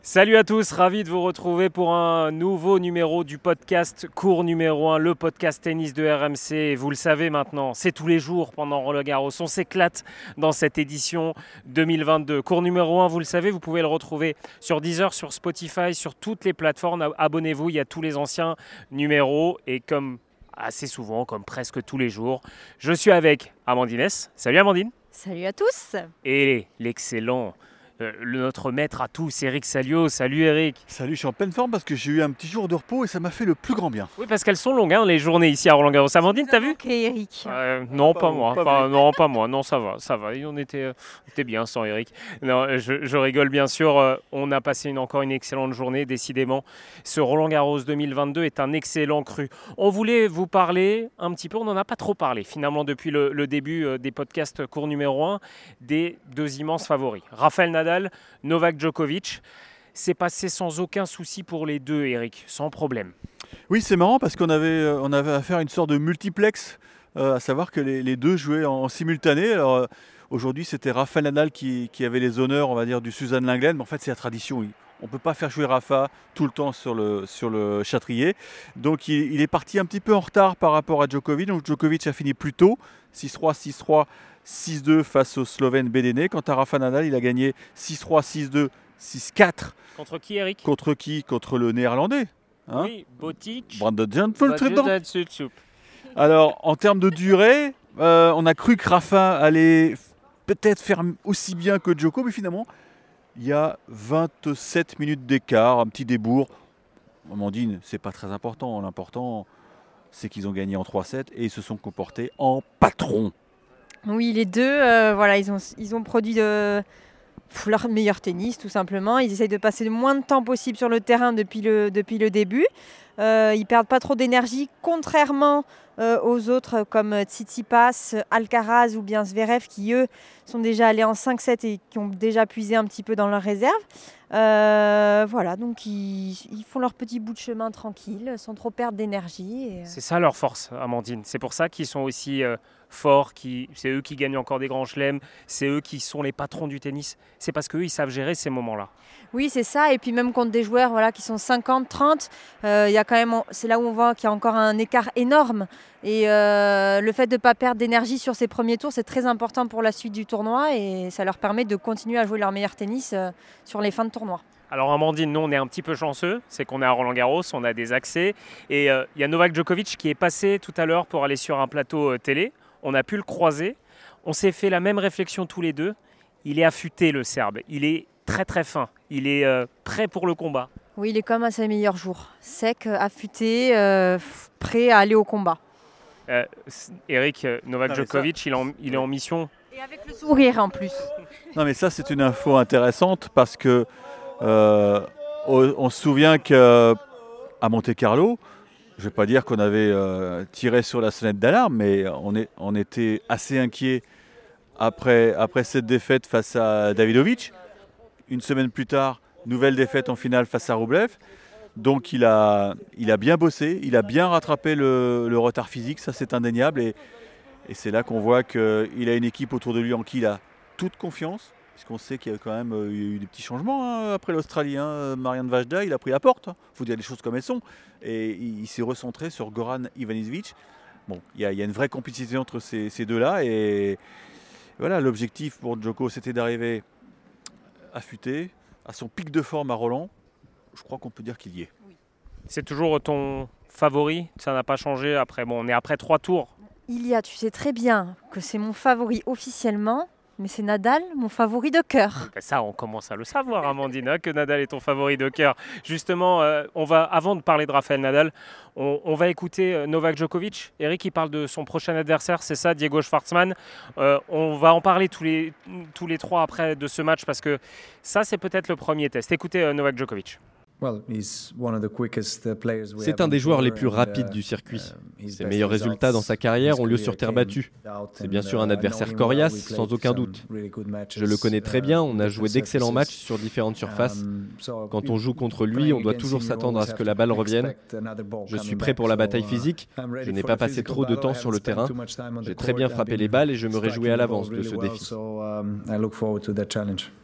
Salut à tous, ravi de vous retrouver pour un nouveau numéro du podcast Cours numéro 1, le podcast tennis de RMC. Et vous le savez maintenant, c'est tous les jours pendant Roland-Garros. On s'éclate dans cette édition 2022. Cours numéro 1, vous le savez, vous pouvez le retrouver sur Deezer, sur Spotify, sur toutes les plateformes. Abonnez-vous, il y a tous les anciens numéros. Et comme assez souvent, comme presque tous les jours, je suis avec Amandine S. Salut Amandine. Salut à tous. Et l'excellent... notre maître à tous, Eric Salio. Salut Eric. Salut, je suis en pleine forme parce que j'ai eu un petit jour de repos et ça m'a fait le plus grand bien. Oui, parce qu'elles sont longues, les journées ici à Roland-Garros. Amandine, t'as vu? Ok, Eric. Non, pas moi. Pas moi. Non, ça va. On était bien sans Eric. Non, je rigole bien sûr. On a passé encore une excellente journée. Décidément, ce Roland-Garros 2022 est un excellent cru. On voulait vous parler un petit peu, on n'en a pas trop parlé finalement depuis le début des podcasts cours numéro 1, des deux immenses favoris. Rafael Nadal, Novak Djokovic. C'est passé sans aucun souci pour les deux, Eric, sans problème. Oui, c'est marrant parce qu'on avait affaire à une sorte de multiplex, à savoir que les deux jouaient en simultané. Alors aujourd'hui, c'était Rafael Nadal qui avait les honneurs, on va dire, du Suzanne Lenglen, mais en fait, c'est la tradition. On ne peut pas faire jouer Rafa tout le temps sur le châtrier. Donc il est parti un petit peu en retard par rapport à Djokovic. Donc Djokovic a fini plus tôt, 6-3, 6-3, 6-2 face au Slovène Bedene. Quant à Rafa Nadal, il a gagné 6-3, 6-2, 6-4. Contre qui, Eric? Contre qui? Contre le Néerlandais. Oui, Botic. Brandon Janssen. Alors, en termes de durée, on a cru que Rafa allait peut-être faire aussi bien que Djoko, mais finalement, il y a 27 minutes d'écart, un petit débours. Amandine, c'est pas très important. L'important, c'est qu'ils ont gagné en 3-7 et ils se sont comportés en patron. Oui, les deux, ils ont produit leur meilleur tennis, tout simplement. Ils essayent de passer le moins de temps possible sur le terrain depuis le début. Ils perdent pas trop d'énergie, contrairement aux autres comme Tsitsipas, Alcaraz ou bien Zverev, qui eux sont déjà allés en 5-7 et qui ont déjà puisé un petit peu dans leur réserve. Donc ils font leur petit bout de chemin tranquille, sans trop perdre d'énergie. C'est ça leur force, Amandine. C'est pour ça qu'ils sont aussi forts, c'est eux qui gagnent encore des grands chelems, c'est eux qui sont les patrons du tennis. C'est parce qu'eux, ils savent gérer ces moments-là. Oui, c'est ça. Et puis même contre des joueurs qui sont 50, 30, c'est là où on voit qu'il y a encore un écart énorme. Et le fait de ne pas perdre d'énergie sur ces premiers tours, c'est très important pour la suite du tournoi et ça leur permet de continuer à jouer leur meilleur tennis sur les fins de tournoi. Alors Amandine, nous on est un petit peu chanceux, c'est qu'on est à Roland-Garros, on a des accès. Et il y a Novak Djokovic qui est passé tout à l'heure pour aller sur un plateau télé. On a pu le croiser. On s'est fait la même réflexion tous les deux. Il est affûté, le Serbe. Il est très très fin. Il est prêt pour le combat. Oui, il est comme à ses meilleurs jours. Sec, affûté, prêt à aller au combat. Eric, Novak Djokovic, il est en mission. Et avec le sourire en plus. Non, mais ça, c'est une info intéressante parce que on se souvient qu'à Monte-Carlo, je ne vais pas dire qu'on avait tiré sur la sonnette d'alarme, mais on était assez inquiet après cette défaite face à Davidovic. Une semaine plus tard, nouvelle défaite en finale face à Rublev. Donc il a bien bossé, il a bien rattrapé le retard physique, ça c'est indéniable. Et c'est là qu'on voit qu'il a une équipe autour de lui en qui il a toute confiance. Puisqu'on sait qu'il y a quand même eu des petits changements après l'Australien Marian Vajda, il a pris la porte. Il faut dire les choses comme elles sont. Et il s'est recentré sur Goran Ivanisevic. Bon, il y a une vraie compétition entre ces deux-là. Et voilà, l'objectif pour Djoko, c'était d'arriver affûté, à son pic de forme à Roland. Je crois qu'on peut dire qu'il y est. Oui. C'est toujours ton favori? Ça n'a pas changé après? Bon, on est après 3 tours. Tu sais très bien que c'est mon favori officiellement. Mais c'est Nadal, mon favori de cœur. Ça, on commence à le savoir, Amandine, que Nadal est ton favori de cœur. Justement, avant de parler de Rafael Nadal, on va écouter Novak Djokovic. Eric, il parle de son prochain adversaire, c'est ça, Diego Schwartzmann. On va en parler tous les trois après de ce match parce que ça, c'est peut-être le premier test. Écoutez Novak Djokovic. C'est un des joueurs les plus rapides du circuit. Ses meilleurs résultats dans sa carrière ont lieu sur terre battue. C'est bien sûr un adversaire coriace, sans aucun doute. Je le connais très bien, on a joué d'excellents matchs sur différentes surfaces. Quand on joue contre lui, on doit toujours s'attendre à ce que la balle revienne. Je suis prêt pour la bataille physique. Je n'ai pas passé trop de temps sur le terrain. J'ai très bien frappé les balles et je me réjouis à l'avance de ce défi.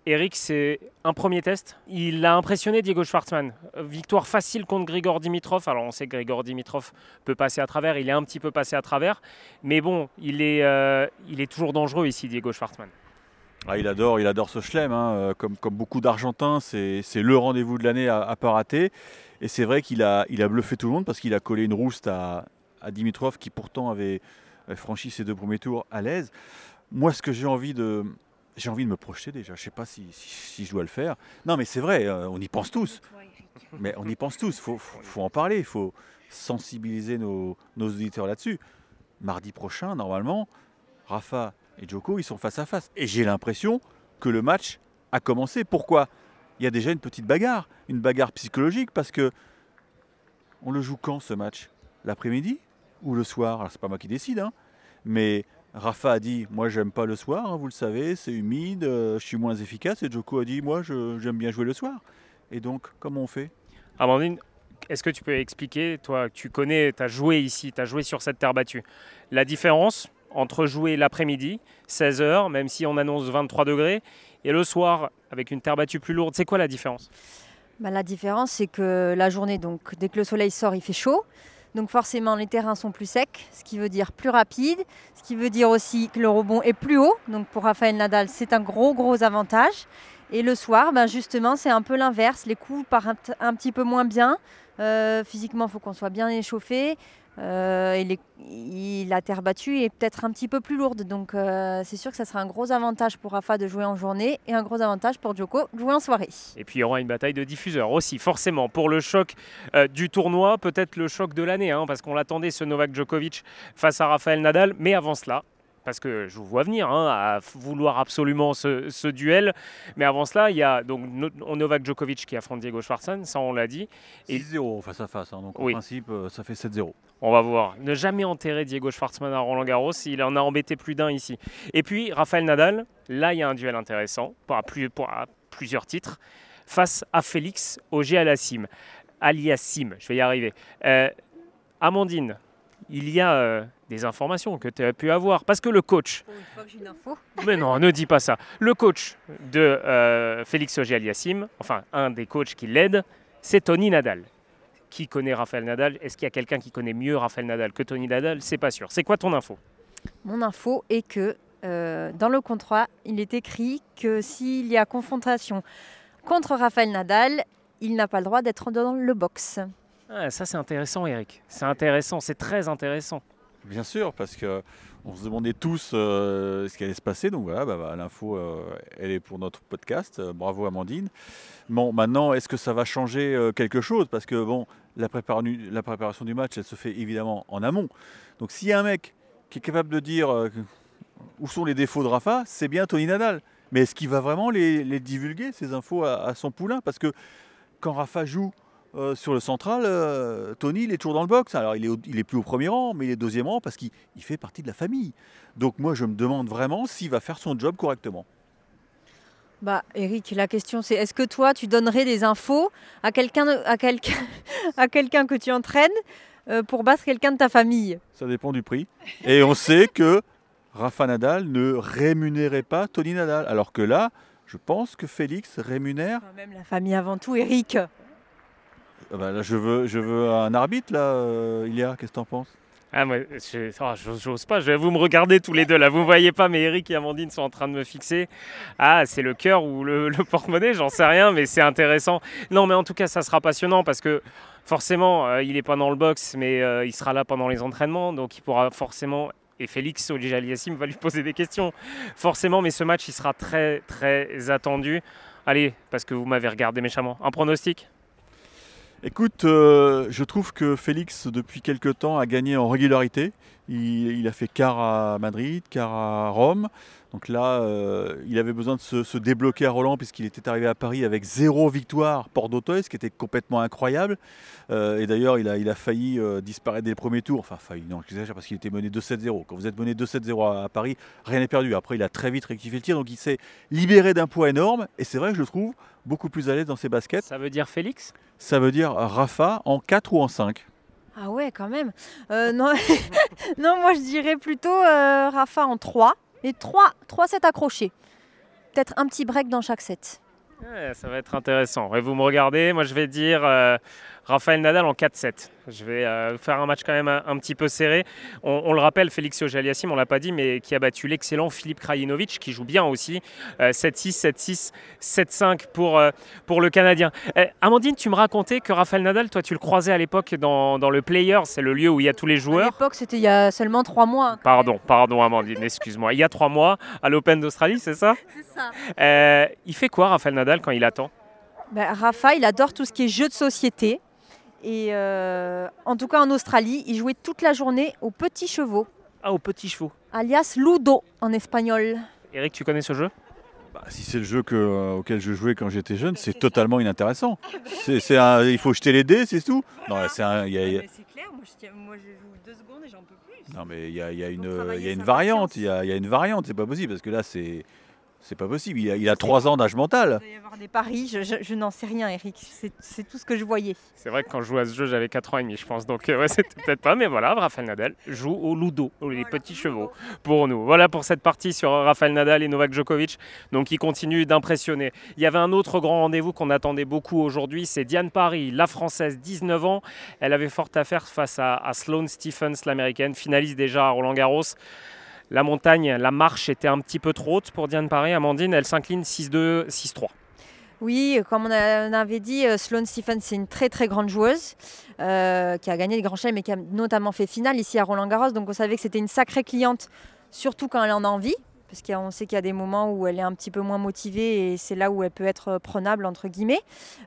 Eric, c'est un premier test. Il a impressionné Diego Schwartzmann. Victoire facile contre Grigor Dimitrov. Alors on sait que Grigor Dimitrov peut passer à travers. Il est un petit peu passé à travers. Mais bon, il est toujours dangereux ici, Diego Schwartzmann. Ah, il adore ce chelem. Hein. Comme beaucoup d'Argentins, c'est le rendez-vous de l'année à pas rater. Et c'est vrai qu'il a bluffé tout le monde parce qu'il a collé une rouste à Dimitrov qui pourtant avait franchi ses 2 premiers tours à l'aise. Moi, ce que j'ai envie de me projeter déjà. Je ne sais pas si je dois le faire. Non, mais c'est vrai, on y pense tous. Mais on y pense tous. Faut en parler. Il faut sensibiliser nos auditeurs là-dessus. Mardi prochain, normalement, Rafa et Djoko, ils sont face à face. Et j'ai l'impression que le match a commencé. Pourquoi ? Il y a déjà une petite bagarre. Une bagarre psychologique parce que on le joue quand ce match ? L'après-midi ou le soir ? Alors, c'est pas moi qui décide, hein, mais Rafa a dit, moi j'aime pas le soir, hein, vous le savez, c'est humide, je suis moins efficace. Et Djoko a dit, moi j'aime bien jouer le soir. Et donc, comment on fait ? Amandine, est-ce que tu peux expliquer, toi, tu connais, tu as joué ici, tu as joué sur cette terre battue, la différence entre jouer l'après-midi, 16h, même si on annonce 23 degrés, et le soir, avec une terre battue plus lourde, c'est quoi la différence ? La différence, c'est que la journée, donc, dès que le soleil sort, il fait chaud. Donc forcément, les terrains sont plus secs, ce qui veut dire plus rapide, ce qui veut dire aussi que le rebond est plus haut. Donc pour Rafael Nadal, c'est un gros avantage. Et le soir, justement, c'est un peu l'inverse. Les coups partent un petit peu moins bien. Physiquement, il faut qu'on soit bien échauffé. Et la terre battue est peut-être un petit peu plus lourde. Donc c'est sûr que ça sera un gros avantage pour Rafa de jouer en journée et un gros avantage pour Djoko de jouer en soirée. Et puis il y aura une bataille de diffuseurs aussi, forcément. Pour le choc du tournoi, peut-être le choc de l'année, hein, parce qu'on l'attendait ce Novak Djokovic face à Rafael Nadal. Mais avant cela, parce que je vous vois venir à vouloir absolument ce duel. Mais avant cela, il y a donc Novak Djokovic qui affronte Diego Schwartzmann, ça on l'a dit. 6-0 face à face, hein, donc en principe ça fait 7-0. On va voir. Ne jamais enterrer Diego Schwartzmann à Roland-Garros, il en a embêté plus d'un ici. Et puis Rafael Nadal, là il y a un duel intéressant, pour plusieurs titres, face à Félix Auger-Aliassime. Je vais y arriver. Amandine, il y a des informations que tu as pu avoir. Parce que le coach... Pour une fois que j'ai une info. Mais non, ne dis pas ça. Le coach de Félix Auger-Aliassime, enfin un des coachs qui l'aide, c'est Tony Nadal. Qui connaît Rafael Nadal ? Est-ce qu'il y a quelqu'un qui connaît mieux Rafael Nadal que Tony Nadal ? C'est pas sûr. C'est quoi ton info ? Mon info est que dans le contrat, il est écrit que s'il y a confrontation contre Rafael Nadal, il n'a pas le droit d'être dans le box. Ah, ça c'est intéressant, Eric. C'est intéressant, c'est très intéressant. Bien sûr, parce qu'on se demandait tous ce qui allait se passer. Donc voilà, l'info, elle est pour notre podcast. Bravo Amandine. Bon, maintenant, est-ce que ça va changer quelque chose ? Parce que bon, la préparation du match, elle se fait évidemment en amont. Donc s'il y a un mec qui est capable de dire où sont les défauts de Rafa, c'est bien Tony Nadal. Mais est-ce qu'il va vraiment les divulguer, ces infos, à son poulain ? Parce que quand Rafa joue sur le central, Tony, il est toujours dans le box. Alors, il est plus au premier rang, mais il est deuxième rang parce qu'il fait partie de la famille. Donc, moi, je me demande vraiment s'il va faire son job correctement. Eric, la question, c'est est-ce que toi, tu donnerais des infos à quelqu'un que tu entraînes pour battre quelqu'un de ta famille ? Ça dépend du prix. Et on sait que Rafa Nadal ne rémunérait pas Tony Nadal. Alors que là, je pense que Félix rémunère... Quand même la famille avant tout, Eric. Là, je veux un arbitre, là, Ilia, qu'est-ce que t'en penses ? Moi, j'ose pas, vous me regardez tous les deux là, vous ne voyez pas, mais Eric et Amandine sont en train de me fixer. C'est le cœur ou le porte-monnaie, j'en sais rien, mais c'est intéressant. Non, mais en tout cas, ça sera passionnant parce que forcément, il n'est pas dans le box, mais il sera là pendant les entraînements, donc il pourra forcément... Et Félix Auger-Aliassime va lui poser des questions, forcément, mais ce match, il sera très, très attendu. Allez, parce que vous m'avez regardé méchamment. Un pronostic ? Écoute, je trouve que Félix, depuis quelque temps, a gagné en régularité. Il a fait quart à Madrid, quart à Rome. Donc là, il avait besoin de se débloquer à Roland puisqu'il était arrivé à Paris avec 0 victoire Porte d'Auteuil, ce qui était complètement incroyable. Et d'ailleurs, il a failli disparaître dès le premier tour. Enfin, non, j'exagère parce qu'il était mené 2-7-0. Quand vous êtes mené 2-7-0 à Paris, rien n'est perdu. Après, il a très vite rectifié le tir. Donc il s'est libéré d'un poids énorme. Et c'est vrai que je le trouve beaucoup plus à l'aise dans ses baskets. Ça veut dire Félix ? Ça veut dire Rafa en 4 ou en 5. Ah ouais, quand même. Non, non, moi je dirais plutôt Rafa en 3. Et 3 sets accrochés. peut-être un petit break dans chaque set. Ouais, ça va être intéressant. Et vous me regardez, moi je vais dire Rafael Nadal en 4-7. Je vais faire un match quand même un petit peu serré. On le rappelle, Félix Auger-Aliassime, on ne l'a pas dit, mais qui a battu l'excellent Filip Krajinovic, qui joue bien aussi. 7-6, 7-6, 7-5 pour le Canadien. Amandine, tu me racontais que Rafael Nadal, toi tu le croisais à l'époque dans le Player, c'est le lieu où il y a tous les joueurs. À l'époque, c'était il y a seulement 3 mois. Pardon Amandine, excuse-moi. Il y a 3 mois, à l'Open d'Australie, c'est ça ? C'est ça. Il fait quoi Rafael Nadal quand il attend ? Rafa, il adore tout ce qui est jeux de société. Et en tout cas en Australie, il jouait toute la journée aux petits chevaux. Ah, aux petits chevaux. Alias Ludo en espagnol. Eric, tu connais ce jeu ? Si c'est le jeu auquel je jouais quand j'étais jeune, c'est totalement inintéressant. Il faut jeter les dés, c'est tout. Non, c'est clair, moi je joue 2 secondes et j'en peux plus. Non, mais il y a une variante, il y a une variante, c'est pas possible, parce que là, c'est pas possible. Il a 3 ans d'âge mental. Il doit y avoir des paris, je n'en sais rien, Eric. C'est tout ce que je voyais. C'est vrai que quand je jouais à ce jeu, j'avais 4 ans et demi, je pense. Donc, c'était peut-être pas. Mais voilà, Rafael Nadal joue au Ludo, les petits chevaux, pour nous. Voilà pour cette partie sur Rafael Nadal et Novak Djokovic. Donc, il continue d'impressionner. Il y avait un autre grand rendez-vous qu'on attendait beaucoup aujourd'hui. C'est Diane Parry, la Française, 19 ans. Elle avait fort à faire face à Sloane Stephens, l'Américaine, finaliste déjà à Roland-Garros. La montagne, la marche était un petit peu trop haute pour Diane Parry. Amandine, elle s'incline 6-2, 6-3. Oui, comme on avait dit, Sloane Stephens, c'est une très très grande joueuse qui a gagné les grands chelems et qui a notamment fait finale ici à Roland-Garros. Donc on savait que c'était une sacrée cliente, surtout quand elle en a envie. Parce qu'on sait qu'il y a des moments où elle est un petit peu moins motivée et c'est là où elle peut être prenable, entre guillemets.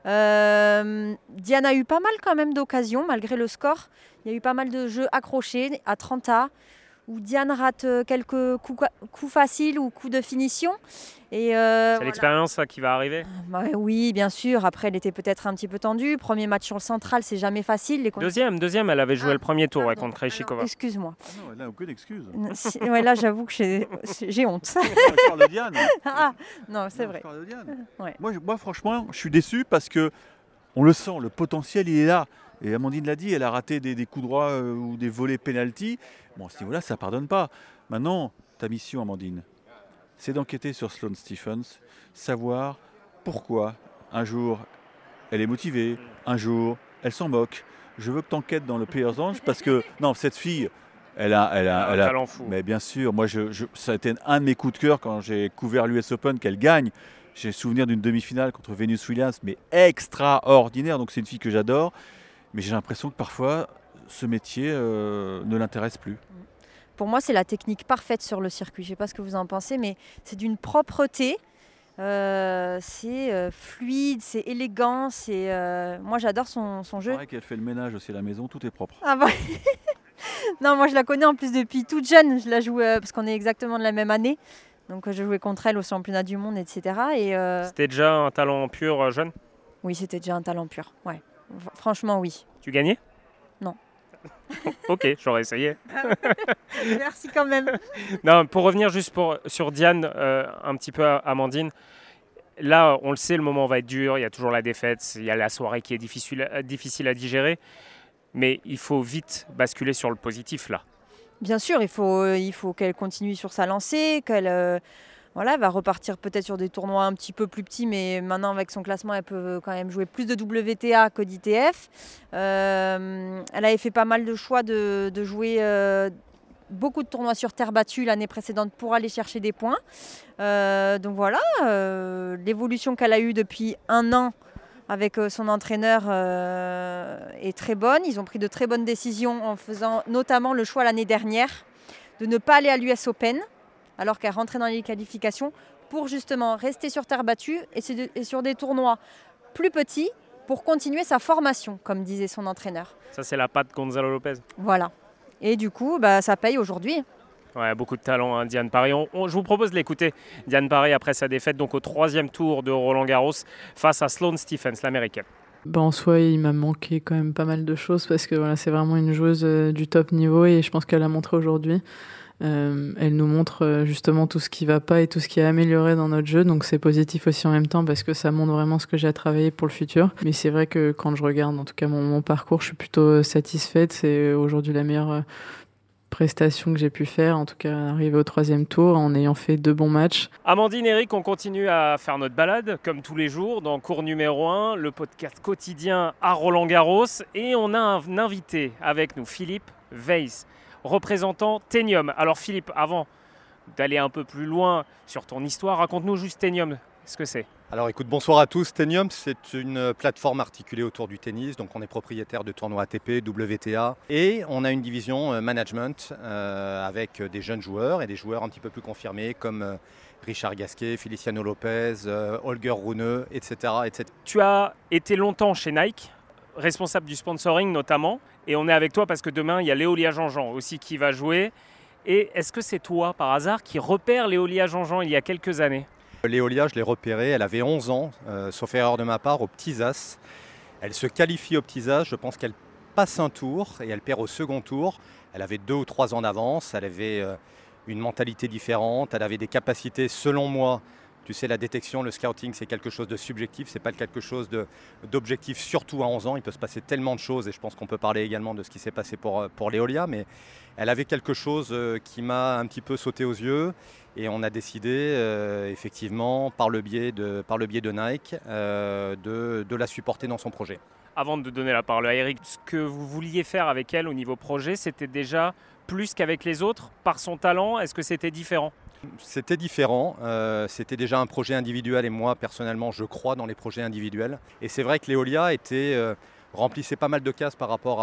Diane a eu pas mal quand même d'occasions, malgré le score. Il y a eu pas mal de jeux accrochés à 30A, où Diane rate quelques coups faciles ou coups de finition. Et c'est l'expérience ça, qui va arriver. Oui, bien sûr. Après, elle était peut-être un petit peu tendue. Premier match sur le central, c'est jamais facile. Deuxième, elle avait joué le premier tour contre Krejcikova. Excuse-moi. Non, elle n'a aucune excuse. Là, j'avoue que j'ai honte. Je parle de Diane. Non, c'est vrai. Je parle de Diane. Ouais. Moi, franchement, je suis déçu parce que on le sent, le potentiel, il est là. Et Amandine l'a dit, elle a raté des coups droits ou des volets penalty. Bon, à ce niveau-là, ça ne pardonne pas. Maintenant, ta mission, Amandine, c'est d'enquêter sur Sloane Stephens, savoir pourquoi un jour elle est motivée, un jour elle s'en moque. Je veux que tu enquêtes dans le Players Lounge parce que, non, cette fille, elle a un talent fou. Mais bien sûr, moi, ça a été un de mes coups de cœur quand j'ai couvert l'US Open qu'elle gagne. J'ai souvenir d'une demi-finale contre Venus Williams, mais extraordinaire. Donc c'est une fille que j'adore. Mais j'ai l'impression que parfois, ce métier ne l'intéresse plus. Pour moi, c'est la technique parfaite sur le circuit. Je ne sais pas ce que vous en pensez, mais c'est d'une propreté. C'est fluide, c'est élégant. Moi, j'adore son jeu. C'est vrai qu'elle fait le ménage aussi à la maison, tout est propre. Ah bah non, moi, je la connais en plus depuis toute jeune. Je la joue parce qu'on est exactement de la même année. Donc, je jouais contre elle au championnat du monde, etc. C'était déjà un talent pur jeune ? Oui, c'était déjà un talent pur. Ouais. Franchement, oui. Tu gagnais ? Non. Ok, j'aurais essayé. Merci quand même. Non, pour revenir juste sur Diane, un petit peu Amandine, là, on le sait, le moment va être dur, il y a toujours la défaite, il y a la soirée qui est difficile à digérer, mais il faut vite basculer sur le positif, là. Bien sûr, il faut qu'elle continue sur sa lancée, qu'elle... elle va repartir peut-être sur des tournois un petit peu plus petits, mais maintenant avec son classement, elle peut quand même jouer plus de WTA que d'ITF. Elle avait fait pas mal de choix de jouer beaucoup de tournois sur terre battue l'année précédente pour aller chercher des points. Donc voilà, l'évolution qu'elle a eue depuis 1 an avec son entraîneur est très bonne. Ils ont pris de très bonnes décisions en faisant notamment le choix l'année dernière de ne pas aller à l'US Open, alors qu'elle rentrait dans les qualifications, pour justement rester sur terre battue et sur des tournois plus petits pour continuer sa formation, comme disait son entraîneur. Ça, c'est la patte Gonzalo Lopez. Voilà. Et du coup, ça paye aujourd'hui. Ouais, beaucoup de talent, hein, Diane Parry. Je vous propose de l'écouter, Diane Parry, après sa défaite donc au 3e tour de Roland-Garros face à Sloane Stephens, l'américaine. En soi, il m'a manqué quand même pas mal de choses parce que voilà, c'est vraiment une joueuse du top niveau et je pense qu'elle a montré aujourd'hui. Elle nous montre justement tout ce qui va pas et tout ce qui est amélioré dans notre jeu, donc c'est positif aussi en même temps parce que ça montre vraiment ce que j'ai à travailler pour le futur. Mais c'est vrai que quand je regarde en tout cas mon parcours, je suis plutôt satisfaite. C'est aujourd'hui la meilleure prestations que j'ai pu faire, en tout cas arriver au 3e tour en ayant fait 2 bons matchs. Amandine, Eric, on continue à faire notre balade, comme tous les jours, dans cours numéro 1, le podcast quotidien à Roland-Garros. Et on a un invité avec nous, Philippe Weiss, représentant Tenium. Alors Philippe, avant d'aller un peu plus loin sur ton histoire, raconte-nous juste Tenium, ce que c'est. Alors écoute, bonsoir à tous. Tenium, c'est une plateforme articulée autour du tennis. Donc on est propriétaire de tournois ATP, WTA. Et on a une division management avec des jeunes joueurs et des joueurs un petit peu plus confirmés comme Richard Gasquet, Feliciano Lopez, Holger Rune, etc., etc. Tu as été longtemps chez Nike, responsable du sponsoring notamment. Et on est avec toi parce que demain, il y a Léolia Jean-Jean aussi qui va jouer. Et est-ce que c'est toi, par hasard, qui repère Léolia Jean-Jean il y a quelques années ? Léolia, je l'ai repérée, elle avait 11 ans, sauf erreur de ma part, aux petits as. Elle se qualifie aux petits as, je pense qu'elle passe un tour et elle perd au second tour. Elle avait 2 ou 3 ans d'avance, elle avait une mentalité différente, elle avait des capacités, selon moi. Tu sais, la détection, le scouting, c'est quelque chose de subjectif, c'est pas quelque chose d'objectif, surtout à 11 ans. Il peut se passer tellement de choses et je pense qu'on peut parler également de ce qui s'est passé pour Léolia, mais elle avait quelque chose qui m'a un petit peu sauté aux yeux et on a décidé effectivement, par le biais de Nike, de la supporter dans son projet. Avant de donner la parole à Eric, ce que vous vouliez faire avec elle au niveau projet, c'était déjà plus qu'avec les autres, par son talent. Est-ce que c'était différent ? C'était différent, c'était déjà un projet individuel et moi personnellement je crois dans les projets individuels. Et c'est vrai que Léolia remplissait pas mal de cases par rapport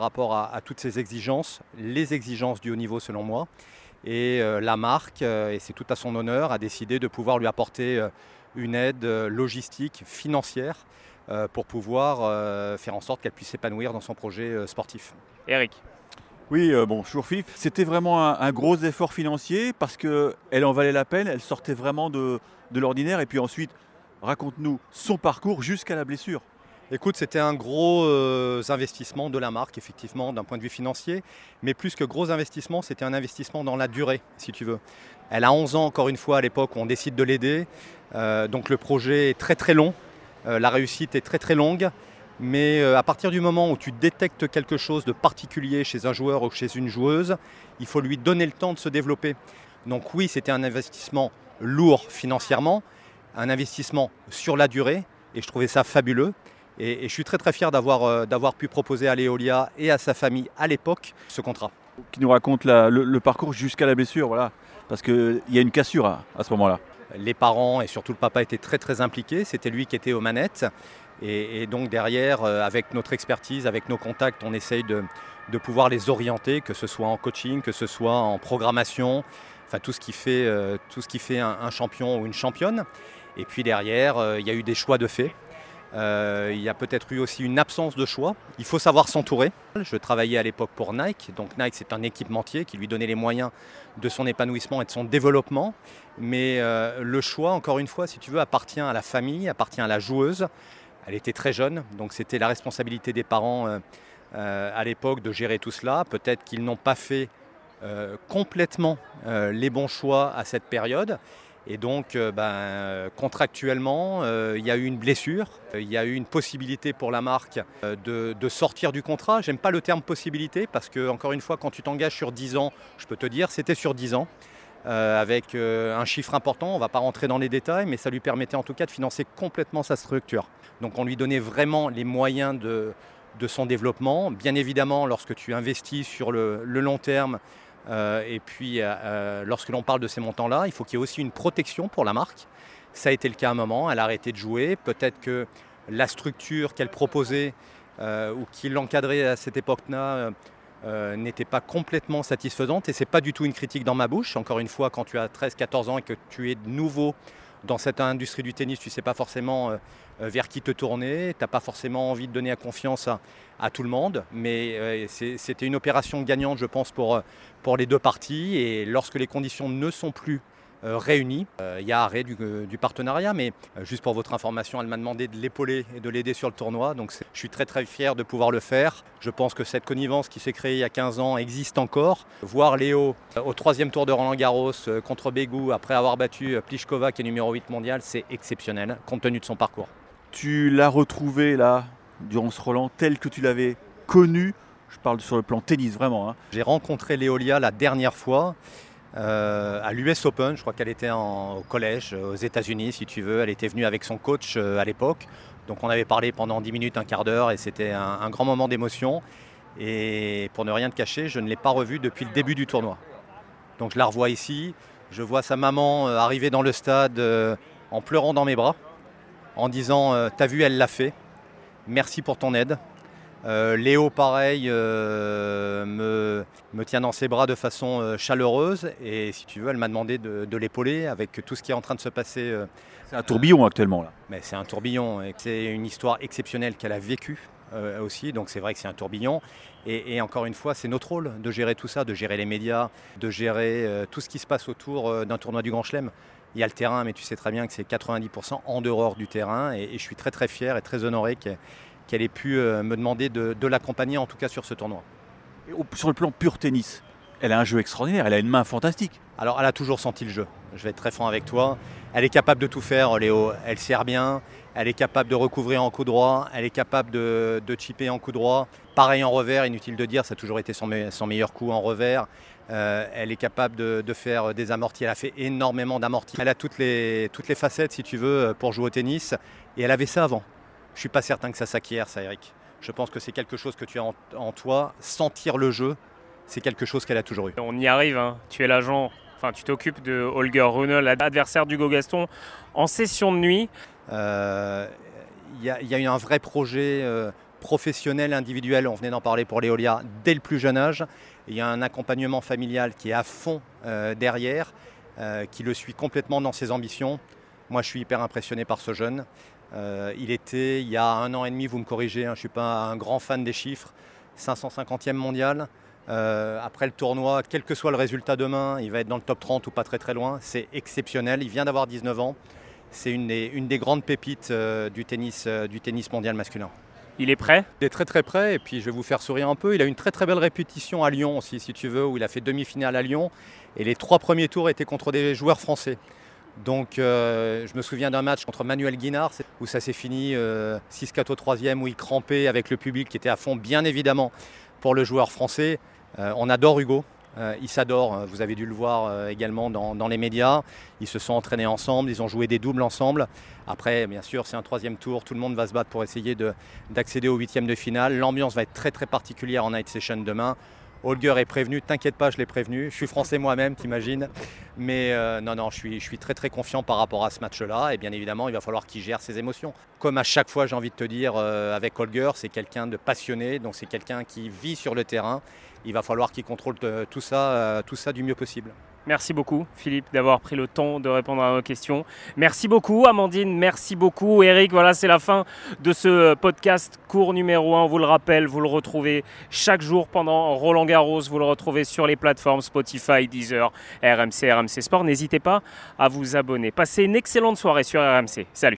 à toutes ces exigences, les exigences du haut niveau selon moi. Et la marque, et c'est tout à son honneur, a décidé de pouvoir lui apporter une aide logistique, financière, pour pouvoir faire en sorte qu'elle puisse s'épanouir dans son projet sportif. Eric. Oui, bonjour Philippe. C'était vraiment un gros effort financier parce qu'elle en valait la peine, elle sortait vraiment de l'ordinaire. Et puis ensuite, raconte-nous son parcours jusqu'à la blessure. Écoute, c'était un gros investissement de la marque, effectivement, d'un point de vue financier. Mais plus que gros investissement, c'était un investissement dans la durée, si tu veux. Elle a 11 ans, encore une fois, à l'époque où on décide de l'aider. Donc le projet est très très long. La réussite est très très longue. Mais à partir du moment où tu détectes quelque chose de particulier chez un joueur ou chez une joueuse, il faut lui donner le temps de se développer. Donc oui, c'était un investissement lourd financièrement, un investissement sur la durée, et je trouvais ça fabuleux. Et je suis très très fier d'avoir pu proposer à Léolia et à sa famille à l'époque ce contrat. Qui nous raconte le parcours jusqu'à la blessure, voilà, parce qu'il y a une cassure à ce moment-là. Les parents et surtout le papa étaient très très impliqués, c'était lui qui était aux manettes. Et donc derrière, avec notre expertise, avec nos contacts, on essaye de pouvoir les orienter, que ce soit en coaching, que ce soit en programmation, enfin tout ce qui fait un champion ou une championne. Et puis derrière, il y a eu des choix de fait. Il y a peut-être eu aussi une absence de choix. Il faut savoir s'entourer. Je travaillais à l'époque pour Nike. Donc Nike, c'est un équipementier qui lui donnait les moyens de son épanouissement et de son développement. Mais le choix, encore une fois, si tu veux, appartient à la famille, appartient à la joueuse. Elle était très jeune, donc c'était la responsabilité des parents à l'époque de gérer tout cela. Peut-être qu'ils n'ont pas fait complètement les bons choix à cette période. Et donc contractuellement, il y a eu une blessure, il y a eu une possibilité pour la marque de sortir du contrat. J'aime pas le terme possibilité parce que, encore une fois, quand tu t'engages sur 10 ans, je peux te dire, c'était sur 10 ans. Avec un chiffre important, on ne va pas rentrer dans les détails, mais ça lui permettait en tout cas de financer complètement sa structure. Donc on lui donnait vraiment les moyens de son développement. Bien évidemment, lorsque tu investis sur le long terme, et puis lorsque l'on parle de ces montants-là, il faut qu'il y ait aussi une protection pour la marque. Ça a été le cas à un moment, elle a arrêté de jouer. Peut-être que la structure qu'elle proposait ou qui l'encadrait à cette époque-là n'était pas complètement satisfaisante, et c'est pas du tout une critique dans ma bouche. Encore une fois, quand tu as 13-14 ans et que tu es nouveau dans cette industrie du tennis, tu ne sais pas forcément vers qui te tourner, tu n'as pas forcément envie de donner la confiance à tout le monde, mais c'était une opération gagnante, je pense, pour les deux parties, et lorsque les conditions ne sont plus réunis, il y a arrêt du partenariat, mais juste pour votre information, elle m'a demandé de l'épauler et de l'aider sur le tournoi, donc je suis très très fier de pouvoir le faire. Je pense que cette connivence qui s'est créée il y a 15 ans existe encore. Voir Léo au 3e tour de Roland-Garros contre Begu après avoir battu Pliskova qui est numéro 8 mondial, c'est exceptionnel compte tenu de son parcours. Tu l'as retrouvé là, durant ce Roland, tel que tu l'avais connu Je parle sur le plan tennis, vraiment. Hein. J'ai rencontré Léolia la dernière fois à l'US Open. Je crois qu'elle était au collège aux États-Unis, si tu veux. Elle était venue avec son coach à l'époque. Donc on avait parlé pendant 10 minutes, un quart d'heure, et c'était un grand moment d'émotion. Et pour ne rien te cacher, je ne l'ai pas revue depuis le début du tournoi. Donc je la revois ici. Je vois sa maman arriver dans le stade en pleurant dans mes bras, en disant « T'as vu, elle l'a fait. Merci pour ton aide ». Léo, pareil, me tient dans ses bras de façon chaleureuse. Et si tu veux, elle m'a demandé de l'épauler avec tout ce qui est en train de se passer. C'est un tourbillon actuellement là. Mais c'est un tourbillon. Et c'est une histoire exceptionnelle qu'elle a vécue aussi. Donc c'est vrai que c'est un tourbillon. Et encore une fois, c'est notre rôle de gérer tout ça, de gérer les médias, de gérer tout ce qui se passe autour d'un tournoi du Grand Chelem. Il y a le terrain, mais tu sais très bien que c'est 90% en dehors du terrain. Et je suis très très fier et très honoré qu'elle ait pu me demander de l'accompagner, en tout cas sur ce tournoi. Et sur le plan pur tennis, elle a un jeu extraordinaire, elle a une main fantastique. Alors elle a toujours senti le jeu, je vais être très franc avec toi. Elle est capable de tout faire, Léo. Elle sert bien, elle est capable de recouvrir en coup droit, elle est capable de chipper en coup droit. Pareil en revers, inutile de dire, ça a toujours été son meilleur coup en revers. Elle est capable de faire des amortis, elle a fait énormément d'amortis. Elle a toutes les facettes, si tu veux, pour jouer au tennis, et elle avait ça avant. Je ne suis pas certain que ça s'acquiert, ça, Eric. Je pense que c'est quelque chose que tu as en toi. Sentir le jeu, c'est quelque chose qu'elle a toujours eu. On y arrive, hein. Tu es l'agent, enfin tu t'occupes de Holger Rune, l'adversaire d'Hugo Gaston, en session de nuit. Il y a eu un vrai projet professionnel, individuel, on venait d'en parler pour Léolia, dès le plus jeune âge. Il y a un accompagnement familial qui est à fond derrière, qui le suit complètement dans ses ambitions. Moi, je suis hyper impressionné par ce jeune. Il était, il y a 1 an et demi, vous me corrigez, hein, je ne suis pas un grand fan des chiffres, 550e mondial. Après le tournoi, quel que soit le résultat demain, il va être dans le top 30 ou pas très très loin. C'est exceptionnel, il vient d'avoir 19 ans. C'est une des grandes pépites du tennis mondial masculin. Il est prêt ? Il est très très prêt, et puis je vais vous faire sourire un peu. Il a une très très belle répétition à Lyon aussi, si tu veux, où il a fait demi-finale à Lyon. Et les 3 premiers tours étaient contre des joueurs français. Donc je me souviens d'un match contre Manuel Guinard où ça s'est fini 6-4 au 3e, où il crampait avec le public qui était à fond, bien évidemment, pour le joueur français. On adore Hugo, il s'adore, vous avez dû le voir également dans les médias. Ils se sont entraînés ensemble, ils ont joué des doubles ensemble. Après, bien sûr, c'est un 3e tour, tout le monde va se battre pour essayer d'accéder au 8e de finale. L'ambiance va être très très particulière en night session demain. Holger est prévenu, t'inquiète pas, je l'ai prévenu. Je suis français moi-même, t'imagines. Mais non, je suis très très confiant par rapport à ce match-là. Et bien évidemment, il va falloir qu'il gère ses émotions. Comme à chaque fois, j'ai envie de te dire, avec Holger, c'est quelqu'un de passionné. Donc c'est quelqu'un qui vit sur le terrain. Il va falloir qu'il contrôle tout ça du mieux possible. Merci beaucoup Philippe d'avoir pris le temps de répondre à nos questions. Merci beaucoup Amandine, merci beaucoup Eric. Voilà, c'est la fin de ce podcast court numéro 1. On vous le rappelle, vous le retrouvez chaque jour pendant Roland Garros. Vous le retrouvez sur les plateformes Spotify, Deezer, RMC Sport. N'hésitez pas à vous abonner. Passez une excellente soirée sur RMC. Salut.